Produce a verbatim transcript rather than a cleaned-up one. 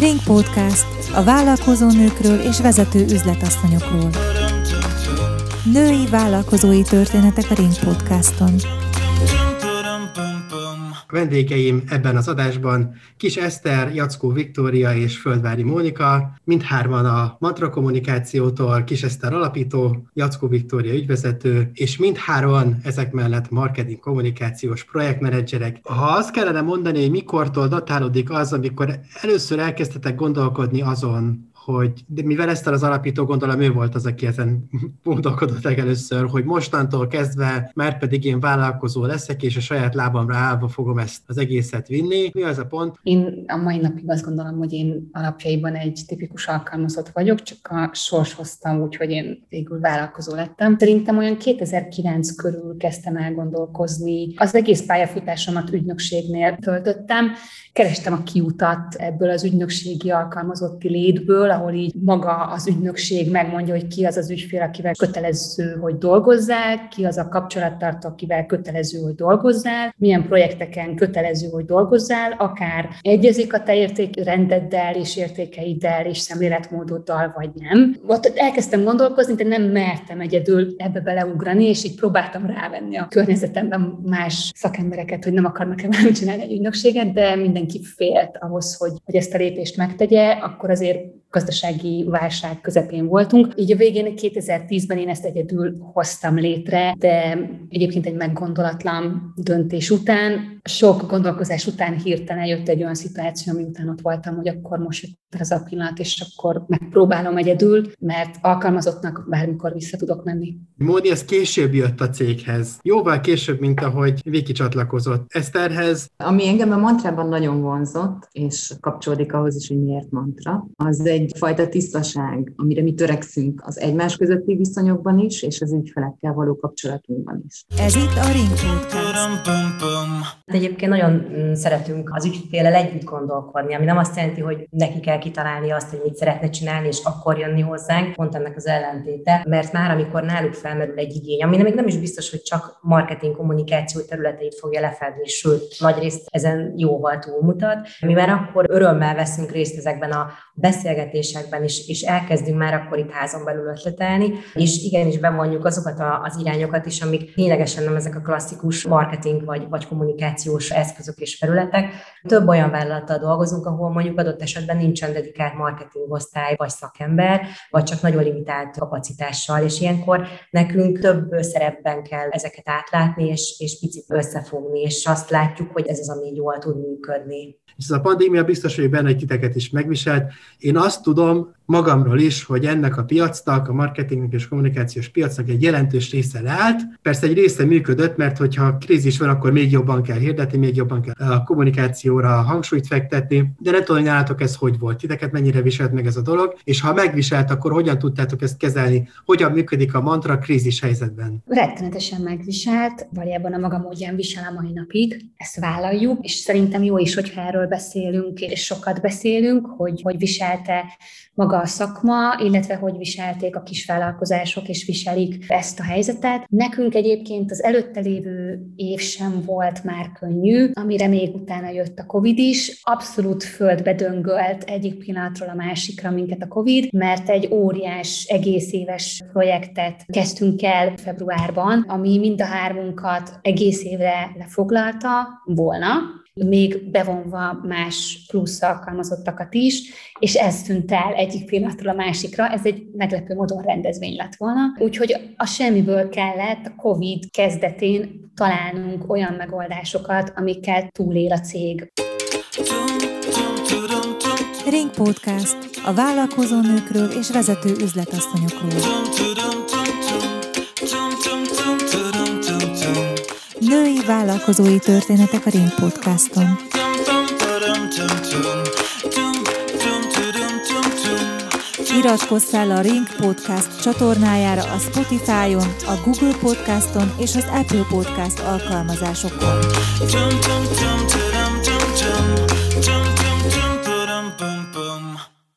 Ring Podcast a vállalkozó nőkről és vezető üzletasszonyokról. Női vállalkozói történetek a Ring Podcaston. A vendégeim ebben az adásban Kiss Eszter, Jackó Viktória és Földvári Mónika, mindhárman a Mantra Kommunikációtól, Kiss Eszter alapító, Jackó Viktória ügyvezető, és mindhárman ezek mellett marketing kommunikációs projektmenedzserek. Ha azt kellene mondani, hogy mikortól datálódik az, amikor először elkezdtetek gondolkodni azon, hogy de mivel Eszter az alapító, gondolom ő volt az, aki ezen gondolkodott először, hogy mostantól kezdve már pedig én vállalkozó leszek, és a saját lábamra állva fogom ezt az egészet vinni. Mi az a pont? Én a mai napig azt gondolom, hogy én alapjaiban egy tipikus alkalmazott vagyok, csak a sors hoztam úgy, hogy én végül vállalkozó lettem. Szerintem olyan kétezer-kilenc körül kezdtem el gondolkozni. Az egész pályafutásomat ügynökségnél töltöttem. Kerestem a kiutat ebből az ügynökségi alkalmazotti létből, ahol így maga az ügynökség megmondja, hogy ki az az ügyfél, akivel kötelező, hogy dolgozzál, ki az a kapcsolattartó, akivel kötelező, hogy dolgozzál, milyen projekteken kötelező, hogy dolgozzál, akár egyezik a te értékrendeddel és értékeiddel és szemléletmódoddal, vagy nem. Ott elkezdtem gondolkozni, de nem mertem egyedül ebbe beleugrani, és így próbáltam rávenni a környezetemben más szakembereket, hogy nem akarnak-e valami csinálni egy ügynökséget, de mindenki félt ahhoz, hogy, hogy ezt a lépést megtegye, akkor azért gazdasági válság közepén voltunk. Így a végén kétezer-tízben én ezt egyedül hoztam létre, de egyébként egy meggondolatlan döntés után, sok gondolkozás után hirtelen jött egy olyan szituáció, ami után ott voltam, hogy akkor most jött az a pillanat, és akkor megpróbálom egyedül, mert alkalmazottnak bármikor vissza tudok menni. Móni, ez később jött a céghez. Jóval később, mint ahogy Viki csatlakozott Eszterhez. Ami engem a mantrában nagyon vonzott, és kapcsolódik ahhoz is, hogy miért mantra, az egyfajta tisztaság, amire mi törekszünk az egymás közötti viszonyokban is, és az ügyfelekkel való kapcsolatunkban is. Ez itt a Ring Podcast. Egyébként nagyon szeretünk az ügyféllel együtt gondolkodni, ami nem azt jelenti, hogy neki kell kitalálni azt, hogy mit szeretne csinálni, és akkor jönni hozzánk, pont ennek az ellentéte, mert már amikor náluk felmerül egy igény, ami még nem is biztos, hogy csak marketing kommunikáció területeit fogja lefedni, sőt, nagyrészt ezen jóval túlmutat. Mi már akkor örömmel veszünk részt ezekben a beszélgetésekben is, és elkezdünk már akkor itt házon belül ötletelni, és igenis bevonjuk azokat az irányokat is, amik ténylegesen nem ezek a klasszikus marketing vagy, vagy kommunikációs eszközök és felületek. Több olyan vállalattal dolgozunk, ahol mondjuk adott esetben nincsen dedikált marketingosztály vagy szakember, vagy csak nagyon limitált kapacitással, és ilyenkor nekünk több szerepben kell ezeket átlátni, és, és picit összefogni, és azt látjuk, hogy ez az, ami jól tud működni. És ez a pandémia biztos, hogy benne, hogy titeket is megviselt. Én azt tudom magamról is, hogy ennek a piacnak, a marketingnek és kommunikációs piacnak egy jelentős része leállt. Persze egy része működött, mert hogyha krízis van, akkor még jobban kell hirdetni, még jobban kell a kommunikációra hangsúlyt fektetni. De nem tudom, hogy nálatok ez hogy volt, titeket mennyire viselt meg ez a dolog, és ha megviselt, akkor hogyan tudtátok ezt kezelni, hogyan működik a mantra krízis helyzetben? Rettenetesen megviselt, valójában a maga módján visel a mai napig, ezt vállaljuk, és szerintem jó is, hogyha erről beszélünk, és sokat beszélünk, hogy hogy viselte maga a szakma, illetve hogy viselték a kisvállalkozások, és viselik ezt a helyzetet. Nekünk egyébként az előtte lévő év sem volt már könnyű, amire még utána jött a Covid is. Abszolút földbe döngölt egyik pillanatról a másikra minket a Covid, mert egy óriás egész éves projektet kezdtünk el februárban, ami mind a hármunkat egész évre lefoglalta volna, még bevonva más plusz alkalmazottakat is, és ez tűnt el egyik pillanatról a másikra, ez egy meglepő módon rendezvény lett volna. Úgyhogy a semmiből kellett a Covid kezdetén találnunk olyan megoldásokat, amikkel túlél a cég. Ring Podcast a vállalkozó nőkről és vezető üzletasszonyokról. Női vállalkozói történetek a Ring Podcaston. Iratkozz fel a Ring Podcast csatornájára a Spotify-on, a Google Podcaston és az Apple Podcast alkalmazásokon.